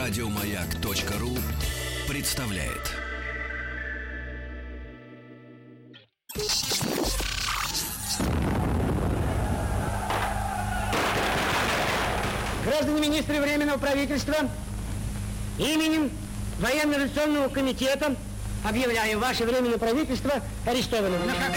Радиомаяк.ру представляет. Граждане министры Временного правительства, именем Военно-революционного комитета объявляем ваше Временное правительство арестованным.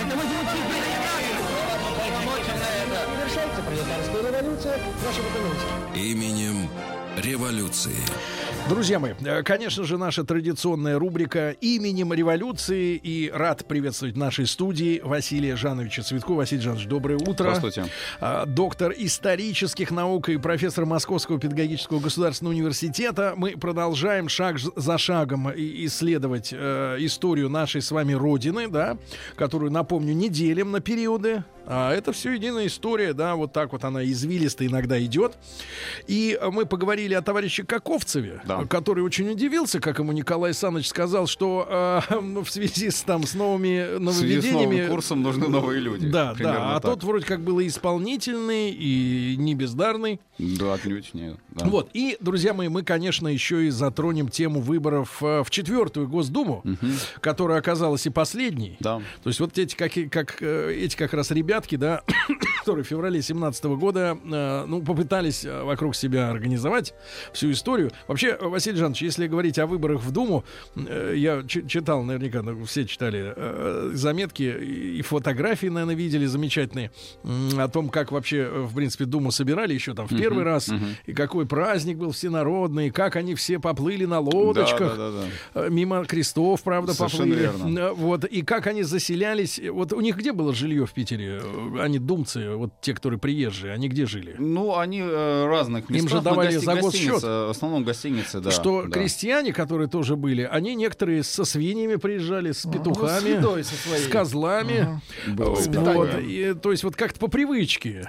Завершается пролетарская революция, ваша документация. Именем революции. Друзья мои, конечно же, наша традиционная рубрика «Именем революции». И рад приветствовать в нашей студии Василия Жановича Цветкова. Василий Жанович, доброе утро. Здравствуйте. Доктор исторических наук и профессор Московского педагогического государственного университета. Мы продолжаем шаг за шагом исследовать историю нашей с вами Родины, да, которую, напомню, не делим на периоды. А это все единая история, да, вот так вот она извилисто иногда идет. И мы поговорили о товарище Каковцеве, да, который очень удивился, как ему Николай Саныч сказал, что в связи с новыми нововведениями... В связи с новым курсом нужны новые люди. Да, да, а тот вроде как был и исполнительный, и не бездарный. Да, отнюдь нет. Да. Вот, и, друзья мои, мы, конечно, еще и затронем тему выборов в 4-ю Госдуму, которая оказалась и последней. Да. То есть вот эти как раз ребятки, да, которые в феврале 2017 года попытались вокруг себя организовать всю историю. Вообще, Василий Жанович, если говорить о выборах в Думу, я читал, наверняка все читали заметки и фотографии, наверное, видели замечательные о том, как вообще, в принципе, Думу собирали еще там в первый раз, и какой праздник был всенародный, как они все поплыли на лодочках, мимо крестов, правда, совершенно поплыли. Верно. Вот, и как они заселялись. Вот у них где было жилье в Питере? Они думцы, вот те, которые приезжие, они где жили? Ну, они разных местах. Им же давали за госчет. В основном гостиницы, да. Что крестьяне, которые тоже были, они некоторые со свиньями приезжали, с петухами, с козлами. То есть вот как-то по привычке.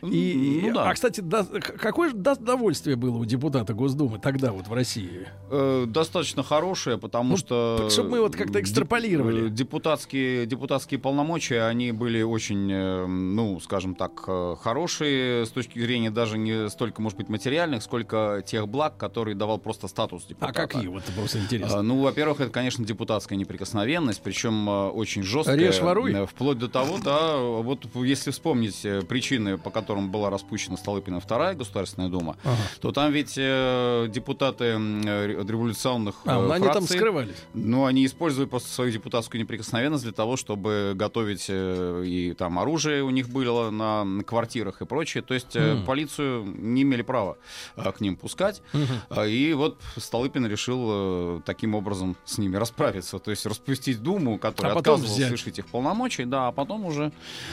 А, кстати, какое же удовольствие было у депутата Госдумы тогда вот в России? Достаточно хорошее, потому что... Чтобы мы вот как-то экстраполировали. Депутатские полномочия, они были очень, скажем так, хорошие с точки зрения даже не столько, может быть, материальных, сколько тех благ, которые давал просто статус депутата. А какие? Вот это просто интересно. Во-первых, это, конечно, депутатская неприкосновенность, причем очень жесткая. Режь, воруй. Вплоть до того, да, вот если вспомнить причины, по которым была распущена Столыпина II Государственная Дума, то там ведь депутаты революционных фракций... Они там скрывались. Они использовали просто свою депутатскую неприкосновенность для того, чтобы готовить и там оружие у них было на квартирах и прочее. То есть полицию не имели права к ним пускать. И вот Столыпин решил таким образом с ними расправиться. То есть распустить Думу, которая отказывалась лишить их полномочий, да, а потом уже,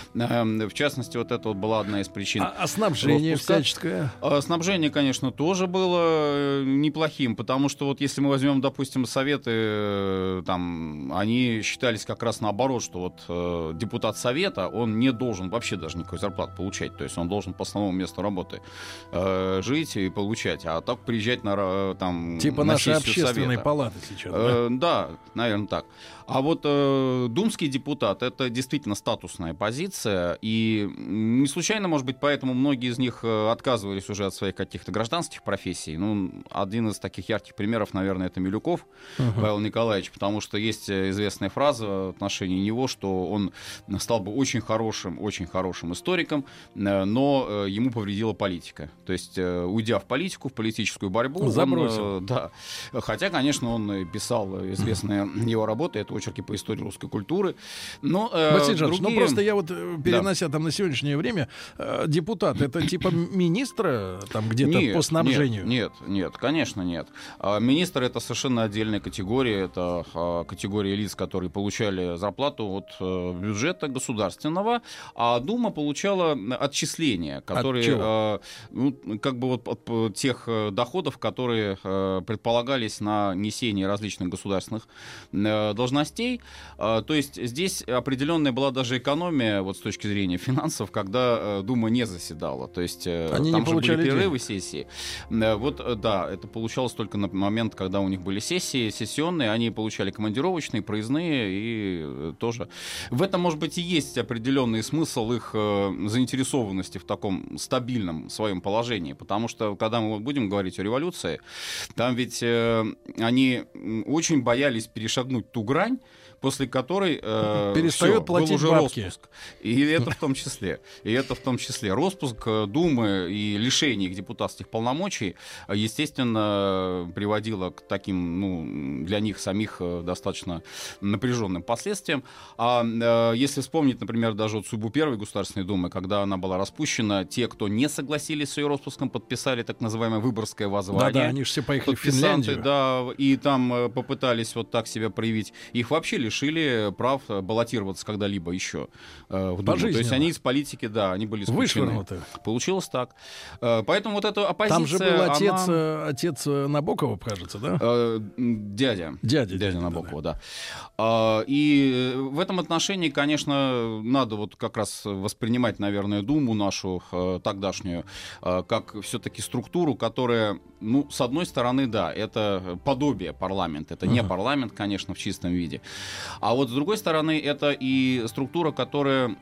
в частности, вот это вот была одна из причин. А снабжение всяческое? Снабжение, конечно, тоже было неплохим, потому что вот если мы возьмем, допустим, Советы, там, они считались как раз наоборот, что вот депутат Совета, он не должен вообще даже никакой зарплаты получать, то есть он должен по основному месту работы жить и получать, а так приезжать на там типа на нашей общественной Совета. Палаты сейчас, да, наверное, так. А вот думский депутат — это действительно статусная позиция, и не случайно, может быть, поэтому многие из них отказывались уже от своих каких-то гражданских профессий. Один из таких ярких примеров, наверное, это Милюков Павел Николаевич, потому что есть известная фраза в отношении него, что он стал бы очень хорошим историком, но ему повредила политика. То есть, уйдя в политику, в политическую борьбу, забросил. Да. Хотя, конечно, он писал известные его работы, это очерки по истории русской культуры. Но Василий Жанович, просто я вот, перенося там на сегодняшнее время, депутат, это типа министра там где-то по снабжению? Нет, конечно, нет. Министр — это совершенно отдельная категория, это категория лиц, которые получали зарплату от бюджета государственного, а Дума получала отчисления, которые от тех доходов, которые предполагались на несение различных государственных должностей. То есть здесь определенная была даже экономия вот с точки зрения финансов, когда Дума не заседала. То есть они там не же были получали перерывы сессии. Это получалось только на момент, когда у них были сессии сессионные, они получали командировочные, проездные и тоже. В этом, может быть, и есть определенный смысл их заинтересованности в таком стабильном своем положении. Потому что, когда мы будем говорить о революции, там ведь они очень боялись перешагнуть ту грань, после которой перестает платить был уже бабки. роспуск. И это в том числе. Роспуск Думы и лишение их депутатских полномочий, естественно, приводило к таким, для них самих достаточно напряженным последствиям. А если вспомнить, например, даже вот судьбу Первой Государственной Думы, когда она была распущена, те, кто не согласились с ее распуском, подписали так называемое Выборгское воззвание. Да, они же все поехали в Финляндию. Да, и там попытались вот так себя проявить. Их вообще лишили прав баллотироваться когда-либо еще в Думу. То есть они из политики, да, они были исключены. Вышвырнуты. Получилось так. Поэтому вот эта оппозиция... Там же был отец Набокова, кажется, да? Дядя Набокова, да. И в этом отношении, конечно, надо вот как раз воспринимать, наверное, Думу нашу тогдашнюю как все-таки структуру, которая, с одной стороны, да, это подобие парламента. Это не парламент, конечно, в чистом виде. А вот с другой стороны, это и структура, которая,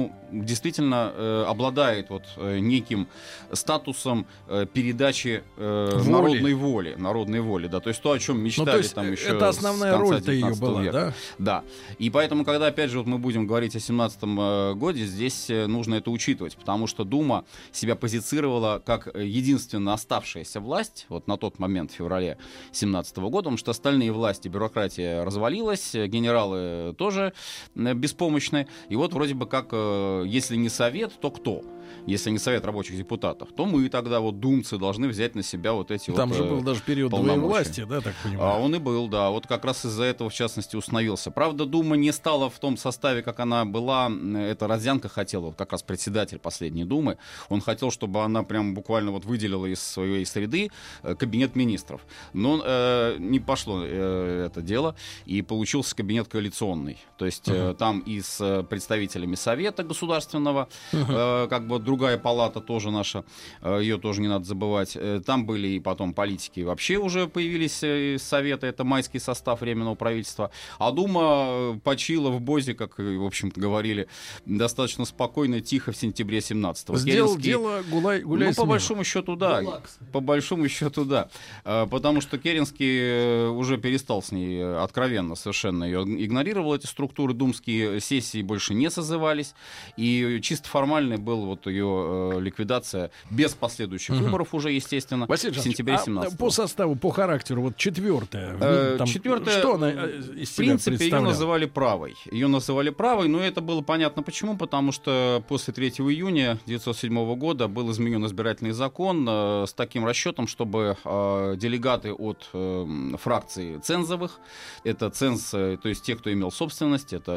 действительно обладает вот неким статусом передачи народной воли, да, то есть то, о чем мечтали там еще. Это основная роль-то ее была, века. да? Да. И поэтому, когда опять же вот мы будем говорить о 17-м годе, здесь нужно это учитывать, потому что Дума себя позицировала как единственно оставшаяся власть вот на тот момент, в феврале 17 года, потому что остальные власти, бюрократия развалилась, генералы тоже беспомощны. И вот вроде бы как, если не совет, то кто? Если не совет рабочих депутатов, то мы тогда, вот думцы, должны взять на себя вот эти Там же был даже период двоевластия, да, так понимаю? А он и был, да. Вот как раз из-за этого, в частности, установился. Правда, Дума не стала в том составе, как она была. Это Родзянко хотел, вот как раз председатель последней Думы. Он хотел, чтобы она прям буквально вот выделила из своей среды кабинет министров. Но не пошло это дело, и получился кабинет коалиционный. То есть там и с представителями Совета Государственного, как бы другая палата тоже наша, ее тоже не надо забывать. Там были и потом политики вообще уже появились из Совета, это майский состав Временного правительства. А Дума почила в Бозе, как, в общем-то, говорили, достаточно спокойно, тихо в сентябре 17-го. Сделал дело гуляй по большому счету, да. По большому счету, да. Потому что Керенский уже перестал с ней откровенно совершенно ее игнорировал, эти структуры думские, сессии больше не созывались. И чисто формальный был вот ее ликвидация без последующих выборов уже, естественно, Василий в сентябре 17-го. По составу, по характеру, вот четвертая. Четвертая, что она из в себя принципе, ее представляла? называли правой. Ее называли правой, но это было понятно почему, потому что после 3 июня 1907 года был изменен избирательный закон с таким расчетом, чтобы делегаты от фракций цензовых, это ценз, то есть те, кто имел собственность, это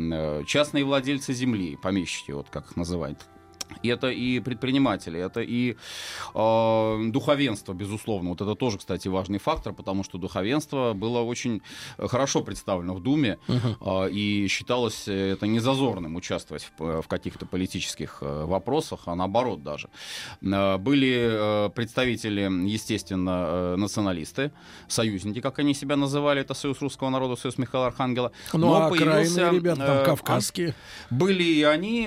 и частные владельцы земли, помещики, вот как их называют. Это и предприниматели, это и духовенство, безусловно. Вот это тоже, кстати, важный фактор, потому что духовенство было очень хорошо представлено в Думе, и считалось это незазорным участвовать в каких-то политических вопросах, а наоборот даже. Были представители, естественно, националисты, союзники, как они себя называли, это Союз русского народа, Союз Михаила Архангела. Но окраинные ребята, там кавказские. Были и они,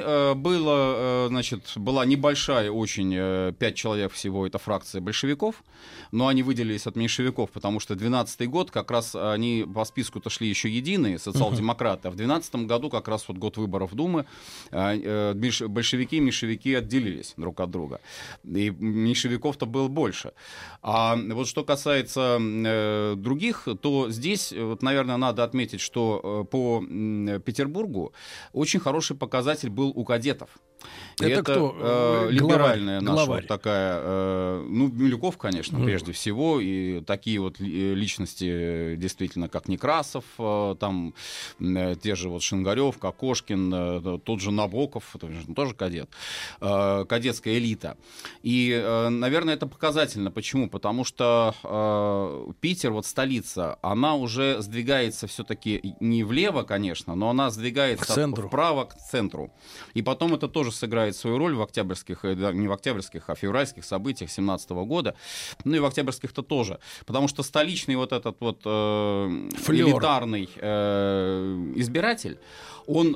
была небольшая очень, 5 человек всего, это фракция большевиков, но они выделились от меньшевиков, потому что 12-й год, как раз они по списку-то шли еще единые, социал-демократы, а в 12-м году, как раз вот год выборов Думы, большевики и меньшевики отделились друг от друга. И меньшевиков-то было больше. А вот что касается других, то здесь, вот, наверное, надо отметить, что по Петербургу очень хороший показатель был у кадетов. Это кто? Либеральная главарь. наша такая, Милюков, конечно, прежде всего, и такие вот личности, действительно, как Некрасов, там те же вот Шингарев, Кокошкин, тот же Набоков, тоже кадет, кадетская элита. И, наверное, это показательно. Почему? Потому что Питер, вот столица, она уже сдвигается все-таки не влево, конечно, но она сдвигается вправо к центру. И потом это тоже сыграет свою роль в октябрьских, не в октябрьских, а февральских событиях 17 года, ну и в октябрьских-то тоже, потому что столичный вот этот вот элитарный избиратель, он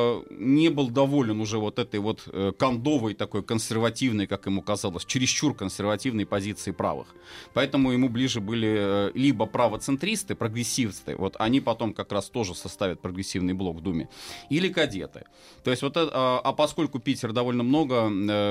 не был доволен уже вот этой вот кондовой, такой консервативной, как ему казалось, чересчур консервативной позиции правых. Поэтому ему ближе были либо правоцентристы, прогрессивцы, вот они потом как раз тоже составят прогрессивный блок в Думе, или кадеты. То есть вот а поскольку Питер довольно много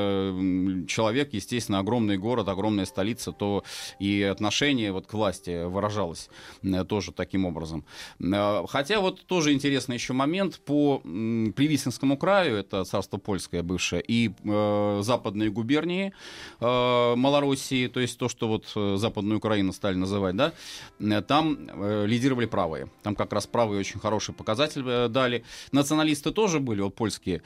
человек, естественно, огромный город, огромная столица, то и отношение вот к власти выражалось тоже таким образом. Хотя вот тоже интересный еще момент по Привисненскому краю, это царство польское бывшее, и западные губернии Малороссии, то есть то, что вот Западную Украину стали называть, да, там лидировали правые. Там как раз правые очень хороший показатель дали. Националисты тоже были, вот польские,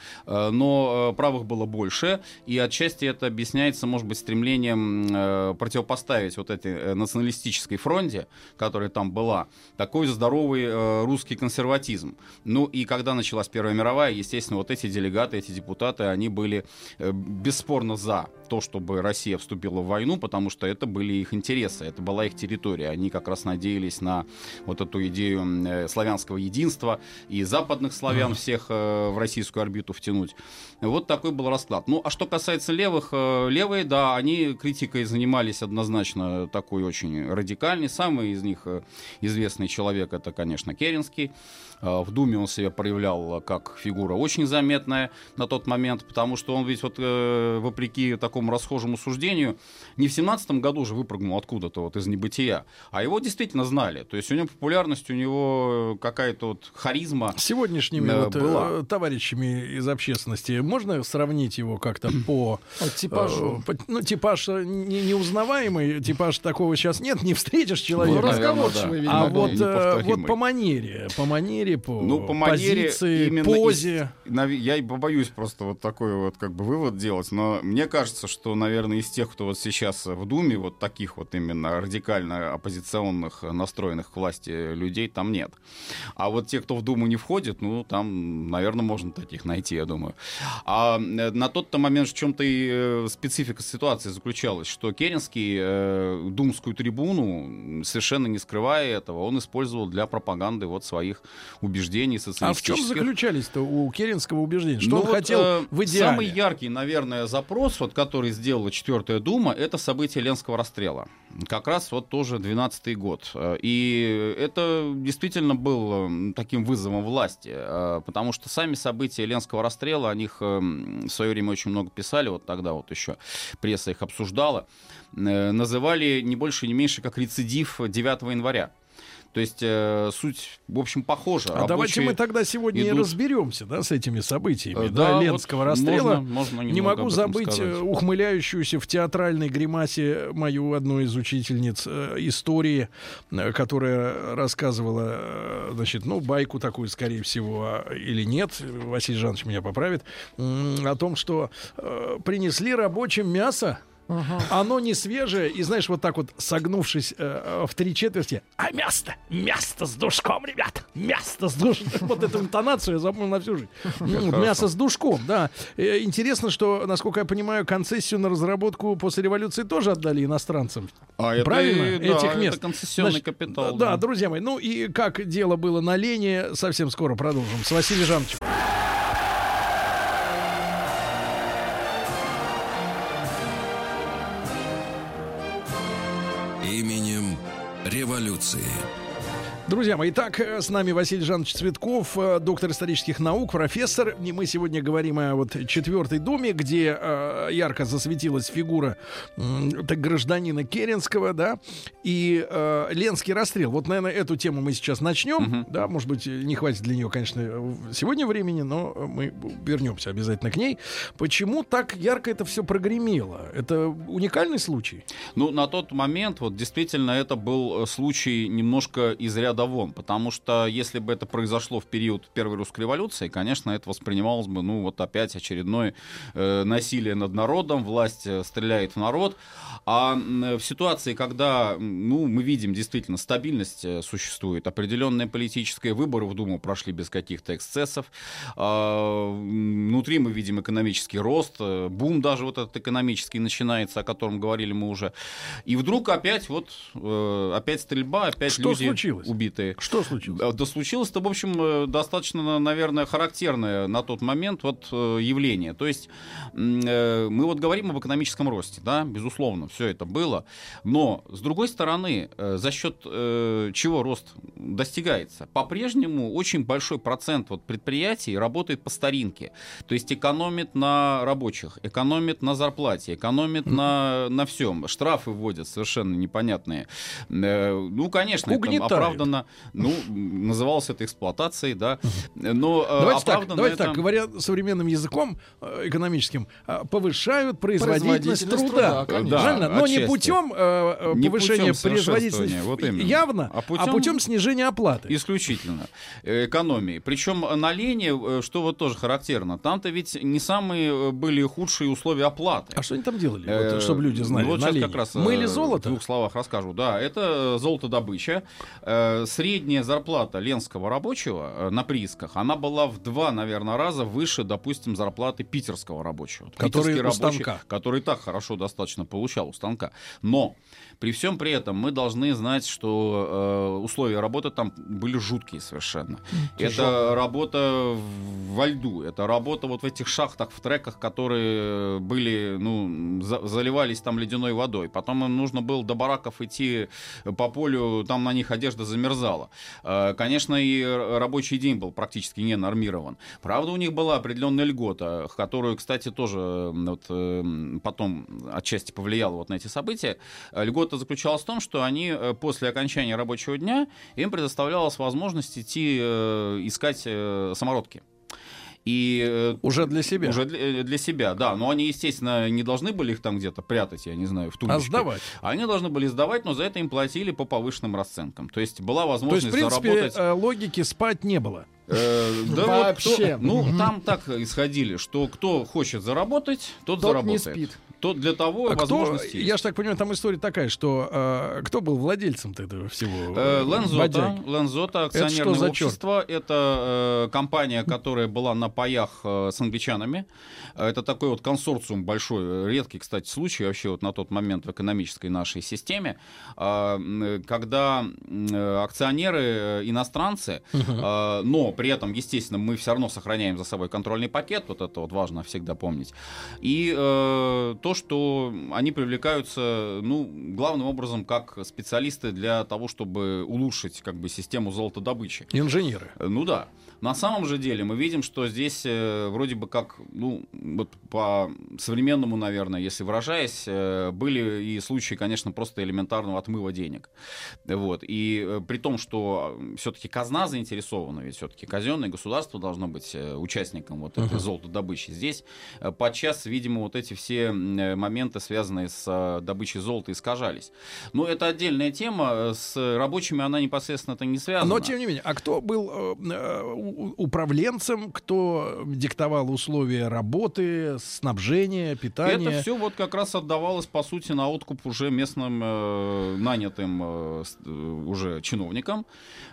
но правых было больше, и отчасти это объясняется, может быть, стремлением противопоставить вот этой националистической фронте, которая там была, такой здоровый русский консерватизм. Ну и когда началась Первая мировая, естественно, вот эти делегаты, эти депутаты, они были бесспорно за то, чтобы Россия вступила в войну, потому что это были их интересы, это была их территория. Они как раз надеялись на вот эту идею славянского единства и западных славян всех в российскую орбиту втянуть. Вот такой был расклад. Ну, а что касается левых, левые, да, они критикой занимались однозначно такой очень радикальный. Самый из них известный человек — это, конечно, Керенский. В Думе он себя проявлял как фигура очень заметная на тот момент, потому что он ведь вот вопреки такому расхожему суждению не в 17-м году же выпрыгнул откуда-то вот из небытия, а его действительно знали. То есть у него популярность, у него какая-то вот харизма. Сегодняшними товарищами из общественности можно сравнить его как-то по типажу? Типаж неузнаваемый, типаж такого сейчас нет, не встретишь человека. Разговорчивый, видимо. А вот по манере, по позиции, позе. Я побоюсь просто вот такой вот как бы вывод делать, но мне кажется, что, наверное, из тех, кто вот сейчас в Думе, вот таких вот именно радикально оппозиционных, настроенных к власти людей там нет. А вот те, кто в Думу не входит, ну, там, наверное, можно таких найти, я думаю. А на тот-то момент в чем-то и специфика ситуации заключалась, что Керенский думскую трибуну, совершенно не скрывая этого, он использовал для пропаганды вот своих убеждений социалистических. А в чем заключались-то у Керенского убеждения? Что он хотел в идеале? Самый яркий, наверное, запрос, вот, который сделала 4-я Дума, это событие Ленского расстрела. Как раз вот тоже 12-й год. И это действительно было таким вызовом власти, потому что сами события Ленского расстрела, о них в свое время очень много писали, вот тогда вот еще пресса их обсуждала, называли не больше, не меньше, как рецидив 9 января. То есть суть, в общем, похожа. А давайте мы тогда сегодня и разберемся, да, с этими событиями, да, Ленского расстрела. Можно не могу забыть ухмыляющуюся в театральной гримасе мою одну из учительниц истории, которая рассказывала, значит, ну, байку такую, скорее всего, или нет, Василий Жанович меня поправит, о том, что принесли рабочим мясо. Оно не свежее, и, знаешь, вот так вот согнувшись в 3/4, а мясо с душком, ребята, мясо с душком. Вот эту интонацию я запомнил на всю жизнь. Мясо с душком, да. Интересно, что, насколько я понимаю, концессию на разработку после революции тоже отдали иностранцам. Правильно? Этих мест. Это концессионный капитал. Да, друзья мои. Ну и как дело было на Лене, совсем скоро продолжим с Василием Жановичем. Именем революции. Друзья мои, итак, с нами Василий Жанович Цветков, доктор исторических наук, профессор. И мы сегодня говорим о вот 4-й Думе, где ярко засветилась фигура гражданина Керенского, да, и Ленский расстрел. Вот, наверное, эту тему мы сейчас начнем. Да, может быть, не хватит для нее, конечно, сегодня времени, но мы вернемся обязательно к ней. Почему так ярко это все прогремело? Это уникальный случай? Ну, на тот момент, вот, действительно, это был случай немножко из ряда вон, потому что если бы это произошло в период Первой русской революции, конечно, это воспринималось бы, ну, вот опять очередное насилие над народом, власть стреляет в народ, а в ситуации, когда, ну, мы видим, действительно, стабильность существует, определенные политические выборы в Думу прошли без каких-то эксцессов, внутри мы видим экономический рост, бум даже вот этот экономический начинается, о котором говорили мы уже, и вдруг опять вот, опять стрельба, опять что люди случилось? Убегают убитые. Что случилось? Да случилось-то, в общем, достаточно, наверное, характерное на тот момент вот явление. То есть мы вот говорим об экономическом росте, да, безусловно, все это было. Но, с другой стороны, за счет чего рост достигается? По-прежнему очень большой процент вот предприятий работает по старинке. То есть экономит на рабочих, экономит на зарплате, экономит на всем. Штрафы вводят совершенно непонятные. Ну, конечно, это оправданно. Ну, называлось это эксплуатацией, да. Но давайте так, говоря современным языком экономическим, повышают производительность труда. Правильно? Но не путем повышения производительности вот явно, а путем снижения оплаты. Исключительно. Экономии. Причем на Лене, что вот тоже характерно, там-то ведь не самые были худшие условия оплаты. А что они там делали, вот, чтобы люди знали? Вот сейчас как раз мыли золото? В двух словах расскажу. Да, это золотодобыча. Средняя зарплата ленского рабочего на приисках, она была в 2, наверное, раза выше, допустим, зарплаты питерского рабочего. Который у станка. Который так хорошо достаточно получал у станка. Но при всем при этом мы должны знать, что условия работы там были жуткие совершенно. Это работа во льду, это работа вот в этих шахтах, в треках, которые были, ну, заливались там ледяной водой. Потом им нужно было до бараков идти по полю, там на них одежда замерзала. Конечно, и рабочий день был практически не нормирован. Правда, у них была определенная льгота, которую, кстати, тоже вот, потом отчасти повлияла вот на эти события. Льгота заключалась в том, что они после окончания рабочего дня им предоставлялась возможность идти искать самородки. И уже для себя. Уже для себя, да. Но они, естественно, не должны были их там где-то прятать, я не знаю, в тумбочке. А сдавать. Они должны были сдавать, но за это им платили по повышенным расценкам. То есть была возможность заработать... То есть, в принципе, логики спать не было. Да вообще. Вот там так исходили, что кто хочет заработать, тот заработает. Не спит. То для того возможности. Я же так понимаю, там история такая, что кто был владельцем-то этого всего? Лензота, акционерное общество. Это компания, которая была на паях с англичанами. Это такой вот консорциум большой, редкий, кстати, случай вообще вот на тот момент в экономической нашей системе, когда акционеры иностранцы, но при этом, естественно, мы все равно сохраняем за собой контрольный пакет, вот это вот важно всегда помнить. И то, что они привлекаются, ну, главным образом как специалисты для того, чтобы улучшить как бы систему золотодобычи. Инженеры. Ну да. На самом же деле мы видим, что здесь вроде бы как, ну, вот по современному, наверное, если выражаясь, были и случаи, конечно, просто элементарного отмыва денег. Вот. И при том, что все-таки казна заинтересована, ведь все-таки казенное государство должно быть участником вот этой золотодобычи. Здесь подчас, видимо, вот эти все моменты, связанные с добычей золота, искажались. Но это отдельная тема, с рабочими она непосредственно-то не связана. Но, тем не менее, а кто был управленцем, кто диктовал условия работы, снабжения, питания? Это все вот как раз отдавалось, по сути, на откуп уже местным нанятым уже чиновникам.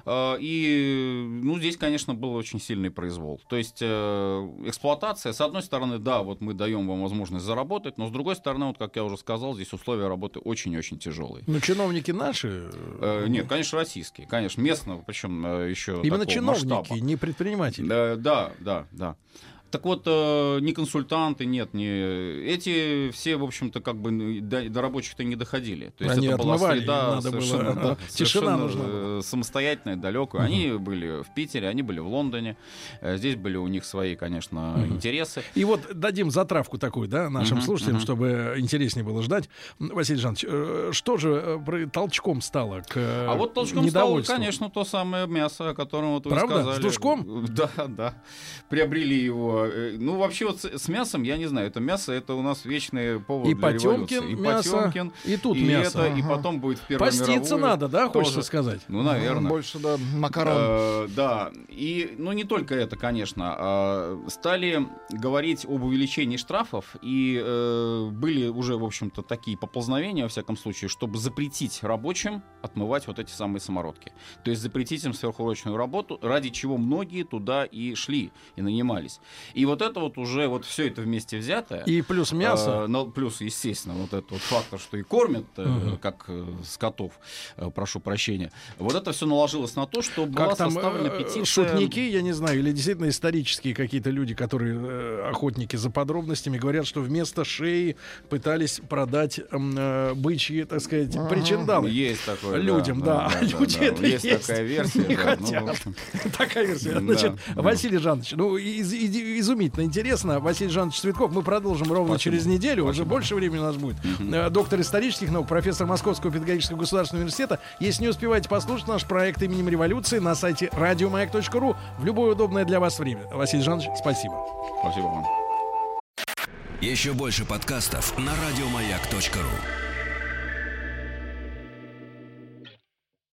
И, ну, здесь, конечно, был очень сильный произвол. То есть эксплуатация, с одной стороны, да, вот мы даем вам возможность заработать, но с другой стороны, вот как я уже сказал, здесь условия работы очень-очень тяжелые. Но чиновники наши? Нет, конечно, российские, конечно, местного, причем еще именно такого чиновники, масштаба. Не предприниматели. Да. Так вот, ни консультанты, нет, эти все, в общем-то, как бы до рабочих-то не доходили. То есть они это была среда совершенно, тишина нужна. Самостоятельная, далекая. Они были в Питере, они были в Лондоне. Здесь были у них свои, конечно, интересы. И вот дадим затравку такую, да, нашим слушателям, чтобы интереснее было ждать. Василий Жанович, что же толчком стало к недовольству? А вот толчком стало, конечно, то самое мясо, о котором вот вы сказали. Правда? С душком? Да. Приобрели его. Ну, вообще, вот с мясом, я не знаю, это мясо, это у нас вечный повод и для революции. И Потёмкин, и тут и мясо. И потом будет в Первую мировую. Поститься надо, да, хочется сказать? Ну, наверное. Больше, да, макарон. Да, и, ну, не только это, конечно. Стали говорить об увеличении штрафов, и были уже, в общем-то, такие поползновения, во всяком случае, чтобы запретить рабочим отмывать вот эти самые самородки. То есть запретить им сверхурочную работу, ради чего многие туда и шли, и нанимались. И вот это вот уже вот все это вместе взятое. И плюс мясо. Плюс, естественно, вот этот вот фактор, что и кормят, как скотов, прошу прощения. Вот это все наложилось на то, что была составлена петиция. Шутники, я не знаю, или действительно исторические какие-то люди, которые охотники за подробностями, говорят, что вместо шеи пытались продать бычьи, так сказать, причиндалы. Есть такое. Людям, да. Люди это есть такая версия. Не хотят. Такая версия. Значит, Василий Жанович, ну, изумительно интересно. Василий Жанович Цветков. Мы продолжим ровно через неделю. Уже больше времени у нас будет. Доктор исторических наук, профессор Московского педагогического государственного университета. Если не успеваете послушать наш проект именем революции на сайте radiomayak.ru в любое удобное для вас время. Василий Жанович, спасибо. Спасибо вам. Еще больше подкастов на radiomayak.ru.